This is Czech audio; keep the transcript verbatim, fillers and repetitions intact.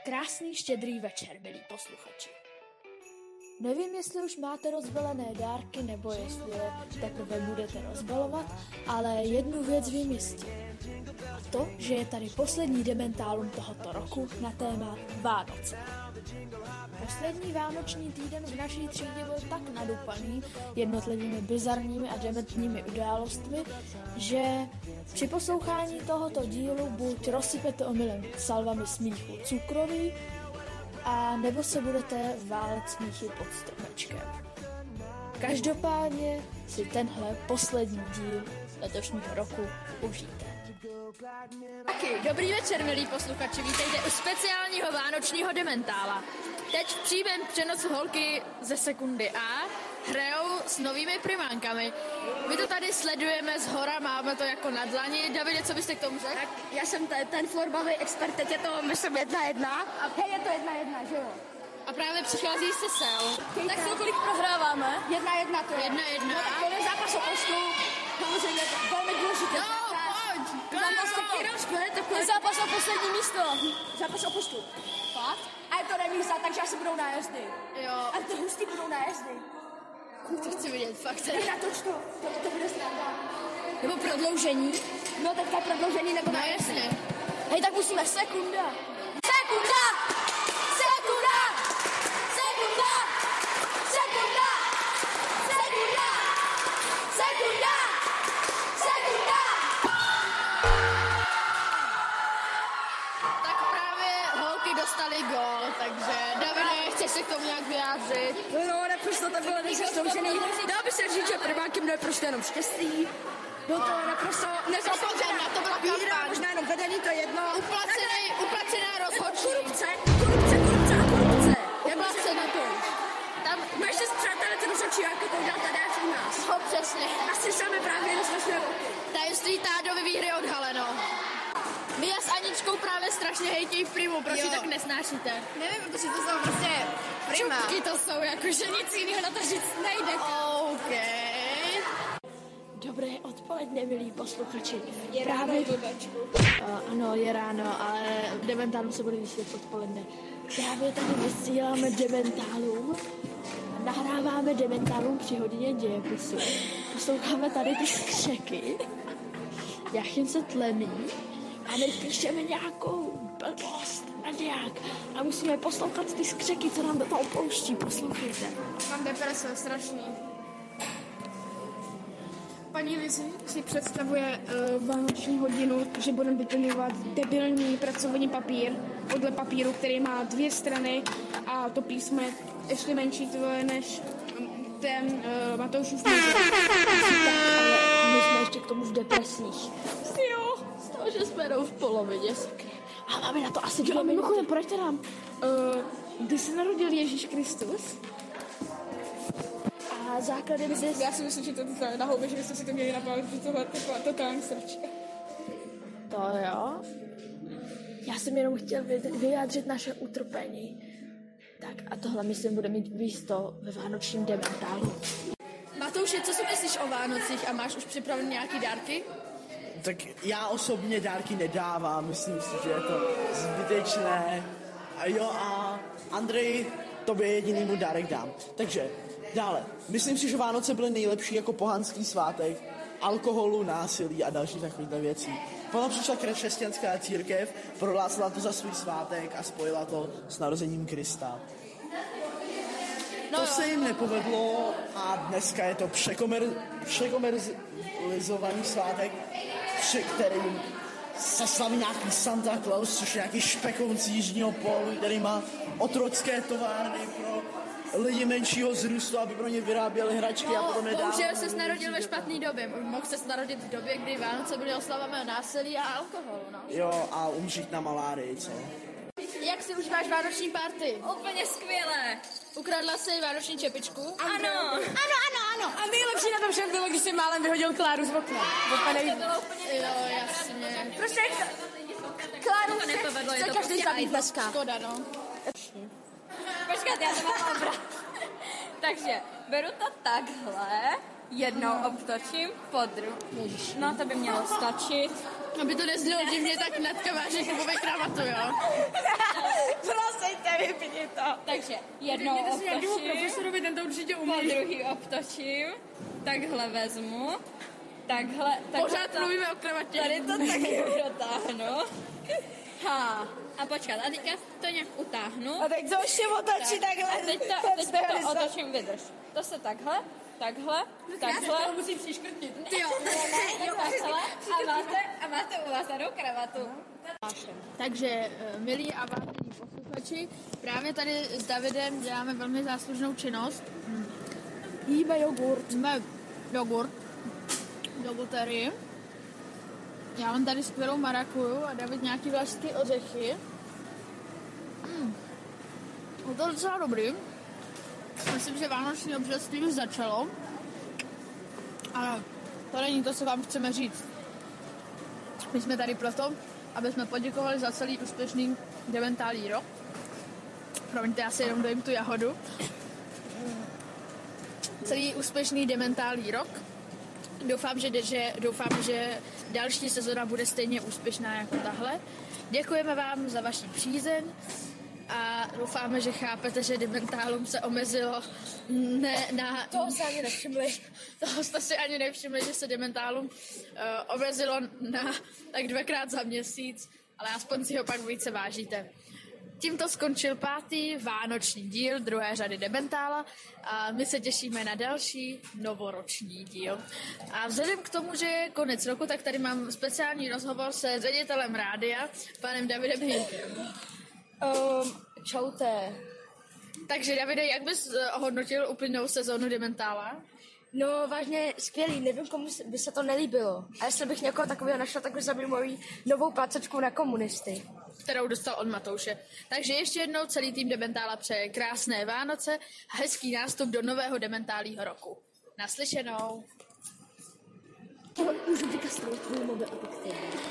Krásný štědrý večer, milí posluchači. Nevím, jestli už máte rozbalené dárky, nebo jestli je teprve budete rozbalovat, ale jednu věc vím jistě. A to, že je tady poslední dementálum tohoto roku na téma Vánoce. Poslední vánoční týden v naší třídě byl tak nadupaný jednotlivými bizarními a dementními událostmi, že při poslouchání tohoto dílu buď rozsypete omylem salvami smíchu cukroví, a nebo se budete válet smíchy pod stromečkem. Každopádně si tenhle poslední díl letošního roku užijte. Taky, dobrý večer, milí posluchači, vítejte u speciálního vánočního dementála. Teď v přímém přenosu holky ze sekundy A hrajou s novými primánkami. My to tady sledujeme z hora, máme to jako na dlani. Davide, co byste k tomu řekl? Tak já jsem ten, ten florbavý expert, teď je to, myslím, jedna jedna. A hej, je to jedna jedna, že jo? A právě přichází se sel. Tak to kolik prohráváme? Jedna jedna to je. Jedna jedna. No tak to je zápas o postup. Samozřejmě to velmi důležité. No, pojď! Zápas o postup. Je zápas o poslední místo. Zápas o postup. Fakt? A je to remíza, takže asi budou nájezdy. Jo. A ty hustý budou nájezdy. To chci vidět, fakt. Hej, natoč to. To, to bude sranda. Nebo prodloužení. No teďka prodloužení nebo No nájezdy. jasně. Hej, tak musíme sekunda. Sekunda! Sekunda! Sekunda! Sekunda! Sekunda! Sekunda! Sekunda! Tak právě holky dostali gól, takže Davide, chceš se k tomu nějak vyjádřit? No, naprosto to bylo nezasloužený. Dá by se říct, že prvánkem je prostě jenom štěstí. Bylo to naprosto nezasloužená. To byla Výhra, kampaň. možná jenom vedení, to je jedno. Uplacený, uplacená rozhodčí. Korupce, korupce, korupce a korupce. Jak Uplacený. se na to? Tam, Máš se s přáteli ten rozhodčí, jako to udělal tady až u nás. no přesně. Asi sami právě rozhodčí roky. Tajemství Tádovy výhry odhaleno. Mia s Aničkou právě strašně hejtějí primu, proč ji Jo. tak nesnášíte? Nevím, protože to jsou prostě prima. Čupky to jsou, jakože nic jiného na to říct nejde. OK. Dobré odpoledne, milí posluchači. Je ráno, blbečku. Uh, ano, je ráno, ale dementálům se bude vysvětlit odpoledne. Právě tady vysíláme dementálům, nahráváme dementálům při hodině dějepisu. Posloucháme tady ty skřeky, Jachim se tlemí a my píšeme nějakou blbost a nějak. A musíme poslouchat ty skřeky, co nám do toho pouští. Poslouchejte. Mám deprese, strašný. Paní Lizy si představuje uh, vánoční hodinu, že budeme vyplňovat debilní pracovní papír podle papíru, který má dvě strany a to písmo je ještě menší tvoje než um, ten uh, Matoušův Ale my jsme ještě k tomu v depresích. Jo. Z toho, že jsme jenom v polovině. A máme na to asi dvě minuty. Mimochodem, poraďte nám, uh, kdy se narodil Ježíš Kristus? A základem ze... Já si myslím, že to je na houby, že byste si to měli napálit, že tohle je totální srčka. To jo. Já jsem jenom chtěl vyjádřit naše utrpení. Tak a tohle myslím bude mít místo ve vánočním dementálu. Matouši, co si myslíš o Vánocích a máš už připravené nějaký dárky? Tak já osobně dárky nedávám, myslím si, že je to zbytečné. A jo a Andrej, tobě jedinýmu dárek dám. Takže dále, myslím si, že Vánoce byly nejlepší jako pohanský svátek alkoholu, násilí a další takovýhle věcí. Potom přišla křesťanská církev, prohlásila to za svůj svátek a spojila to s narozením Krista. No To jo. se jim nepovedlo a dneska je to překomer, překomerizovaný svátek, při kterým se slaví nějaký Santa Claus, což je nějaký špekoun z jižního pólu, který má otrocké továrny pro lidi menšího zrůstu, aby pro ně vyráběli hračky a potom je dávali. Bohužel ses narodil ve špatný době. Mohl ses narodit v době, kdy Vánoce byly oslavami násilí a alkoholu, no. Jo, a umřít na malárii, co? Jak si užíváš vánoční party? Úplně skvělé. Ukradla jsi vánoční čepičku? Ano. Ano, ano, ano. A nejlepší na tom všem bylo, když jsem málem vyhodil Kláru z okna. To bylo úplně Jo, jasně. Prostě Kláru to nepovedlo, je chce to každý prostě zabít ajzl. dneska. Škoda, no. Počkat, já to mám obrat. Takže beru to takhle, jednou obtočím, podru. No to by mělo stačit. Aby to neznělo divně, tak Natka váže klubové kravatu, jo? Bylo Takže jednou obtočím, profesorovi, ten to určitě po umí. druhý obtočím, takhle vezmu, takhle, takhle Pořád to, mluvíme o kravatě. tady to taky protáhnu. Ha, a počkat, a teďka to nějak utáhnu. A teď to ještě otočí Tak, takhle. a teď to, teď to otočím, vydrž. To se takhle, takhle, takhle. To musím přiškrtit. Ty jo, ne, jo, takhle. A máte, a máte uvázanou kravatu. Takže, eh, milí a vážení posluchači, právě tady s Davidem děláme velmi záslužnou činnost. Jíme jogurt. Jíme jogurt do butery. Já mám tady skvělou marakuju a David nějaký vlašský ořechy. Mm. Je to docela dobrý. Myslím, že vánoční obžerství už začalo. Ale to není to, co vám chceme říct. My jsme tady proto, aby jsme poděkovali za celý úspěšný dementální rok. Promiňte, já si jenom dojím tu jahodu. Celý úspěšný dementální rok. Doufám, že, že, doufám, že další sezona bude stejně úspěšná jako tahle. Děkujeme vám za vaši přízeň a doufáme, že chápete, že dementálům se omezilo ne na... Toho se ani nevšimli. Toho jste si ani nevšimli, že se dementálům uh, omezilo na tak dvakrát za měsíc, ale aspoň si ho pak více vážíte. Tímto skončil pátý vánoční díl druhé řady Dementála a my se těšíme na další novoroční díl. A vzhledem k tomu, že je konec roku, tak tady mám speciální rozhovor se ředitelem rádia, panem Davidem Hinkem. Um, čaute. Takže Davide, jak bys hodnotil uplynulou sezónu Dementála? No vážně skvělý, nevím, komu by se to nelíbilo. A jestli bych někoho takového našla, tak bych zabil moji novou placečku na komunisty. Kterou dostal od Matouše. Takže ještě jednou celý tým Dementála přeje krásné Vánoce a hezký nástup do nového dementálního roku. Naslyšenou. Můžu vykastrovat tvůj mobil,